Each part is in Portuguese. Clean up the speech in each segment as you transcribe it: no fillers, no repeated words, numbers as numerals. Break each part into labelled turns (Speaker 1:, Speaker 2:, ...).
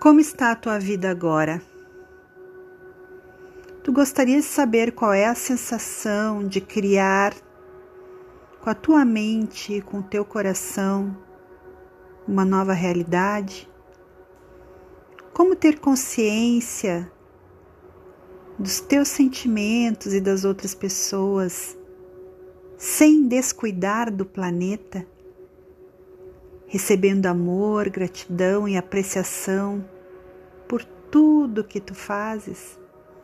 Speaker 1: Como está a tua vida agora? Tu gostaria de saber qual é a sensação de criar com a tua mente e com o teu coração uma nova realidade? Como ter consciência dos teus sentimentos e das outras pessoas sem descuidar do planeta? Recebendo amor, gratidão e apreciação por tudo que tu fazes.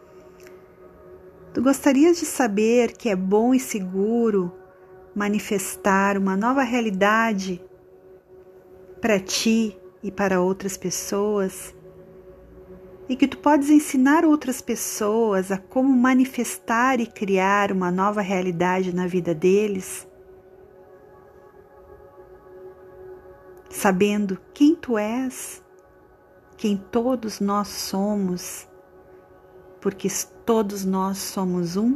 Speaker 1: Tu gostarias de saber que é bom e seguro manifestar uma nova realidade para ti e para outras pessoas, e que tu podes ensinar outras pessoas a como manifestar e criar uma nova realidade na vida deles? Sabendo quem tu és, quem todos nós somos, porque todos nós somos um.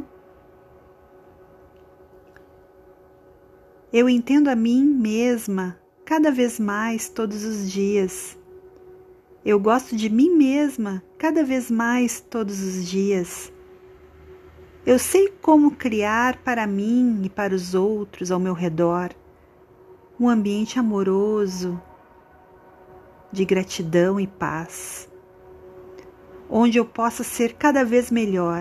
Speaker 1: Eu entendo a mim mesma cada vez mais todos os dias. Eu gosto de mim mesma cada vez mais todos os dias. Eu sei como criar para mim e para os outros ao meu redor um ambiente amoroso, de gratidão e paz, onde eu possa ser cada vez melhor.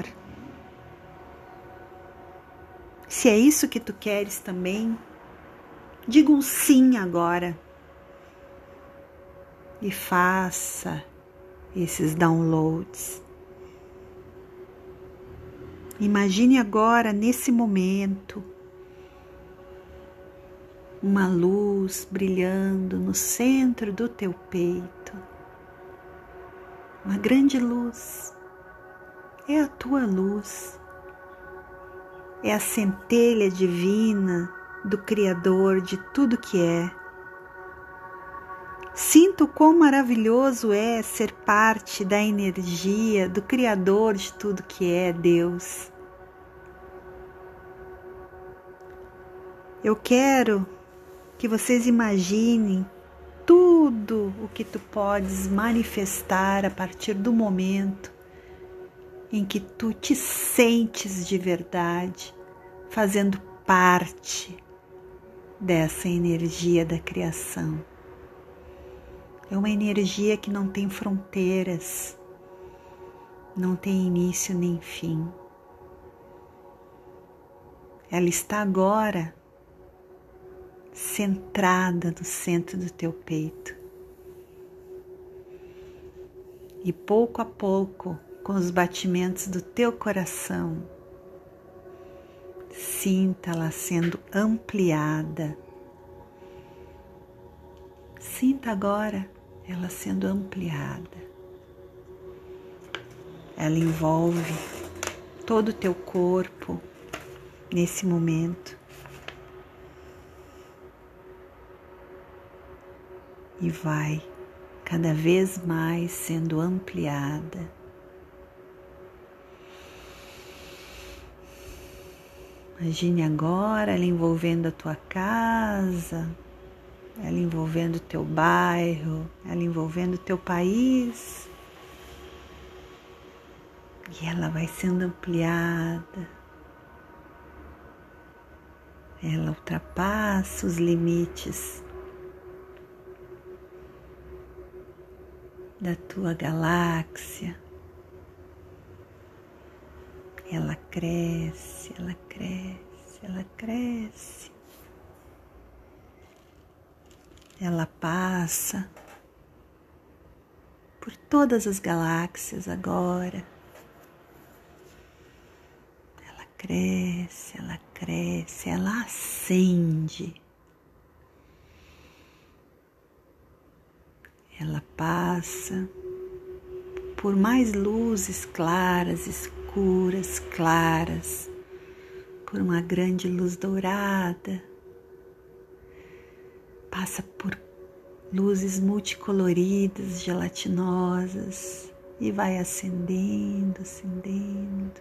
Speaker 1: Se é isso que tu queres também, diga um sim agora e faça esses downloads. Imagine agora, nesse momento, uma luz brilhando no centro do teu peito. Uma grande luz. É a tua luz. É a centelha divina do Criador de tudo que é. Sinta o quão maravilhoso é ser parte da energia do Criador de tudo que é, Deus. Eu quero que vocês imaginem tudo o que tu podes manifestar a partir do momento em que tu te sentes de verdade fazendo parte dessa energia da criação. É uma energia que não tem fronteiras, não tem início nem fim. Ela está agora centrada no centro do teu peito. E pouco a pouco, com os batimentos do teu coração, sinta-la sendo ampliada. Sinta agora ela sendo ampliada. Ela envolve todo o teu corpo nesse momento. E vai cada vez mais sendo ampliada. Imagine agora ela envolvendo a tua casa, ela envolvendo o teu bairro, ela envolvendo o teu país. E ela vai sendo ampliada. Ela ultrapassa os limites da tua galáxia. Ela cresce, ela cresce, ela cresce. Ela passa por todas as galáxias agora. Ela cresce, ela acende. Ela passa por mais luzes claras, escuras, claras, por uma grande luz dourada. Passa por luzes multicoloridas, gelatinosas, e vai acendendo, acendendo,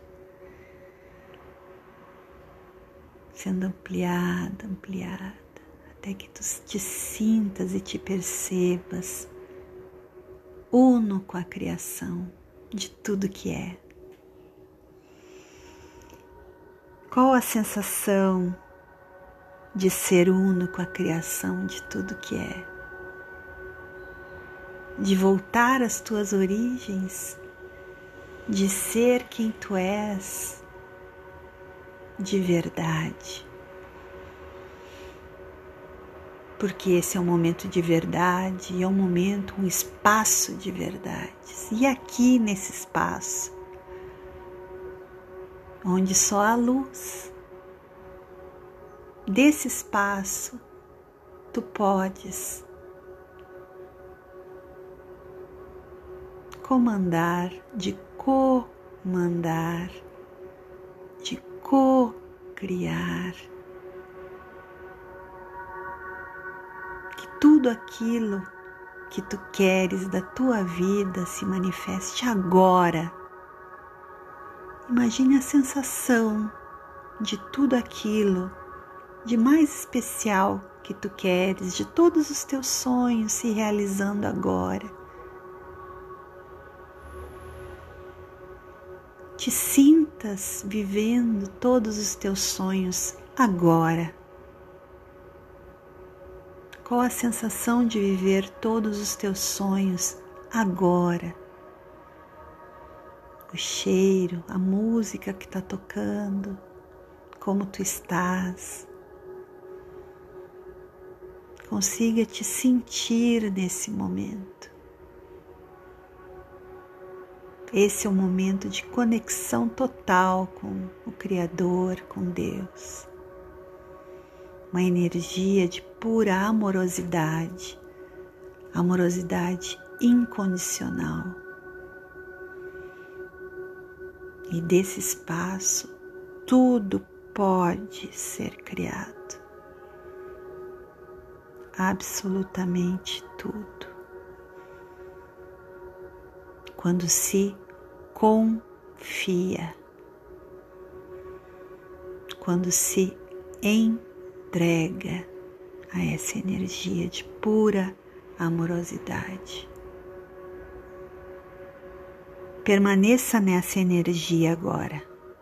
Speaker 1: sendo ampliada, até que tu te sintas e te percebas uno com a criação de tudo que é. Qual a sensação de ser uno com a criação de tudo que é? De voltar às tuas origens, de ser quem tu és de verdade. Porque esse é um momento de verdade, é um momento, um espaço de verdades. E aqui nesse espaço, onde só há luz, desse espaço, tu podes comandar, de comandar, de co-criar. Que tudo aquilo que tu queres da tua vida se manifeste agora. Imagine a sensação de tudo aquilo de mais especial que tu queres, de todos os teus sonhos se realizando agora. Te sintas vivendo todos os teus sonhos agora. Qual a sensação de viver todos os teus sonhos agora? O cheiro, a música que está tocando, como tu estás. Consiga te sentir nesse momento. Esse é um momento de conexão total com o Criador, com Deus. Uma energia de pura amorosidade, amorosidade incondicional. E desse espaço, tudo pode ser criado. Absolutamente tudo. Quando se confia, quando se entrega a essa energia de pura amorosidade. Permaneça nessa energia agora.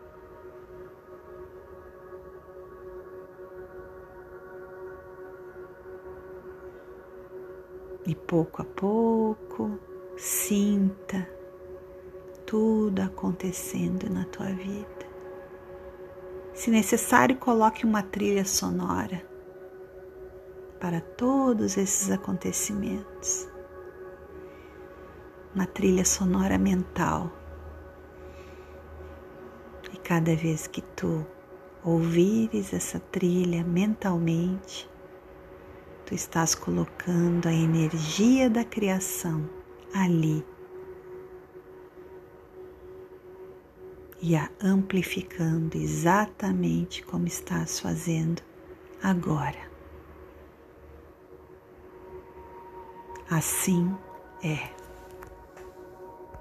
Speaker 1: E pouco a pouco, sinta tudo acontecendo na tua vida. Se necessário, coloque uma trilha sonora para todos esses acontecimentos. Uma trilha sonora mental. E cada vez que tu ouvires essa trilha mentalmente, tu estás colocando a energia da criação ali e a amplificando exatamente como estás fazendo agora. Assim é.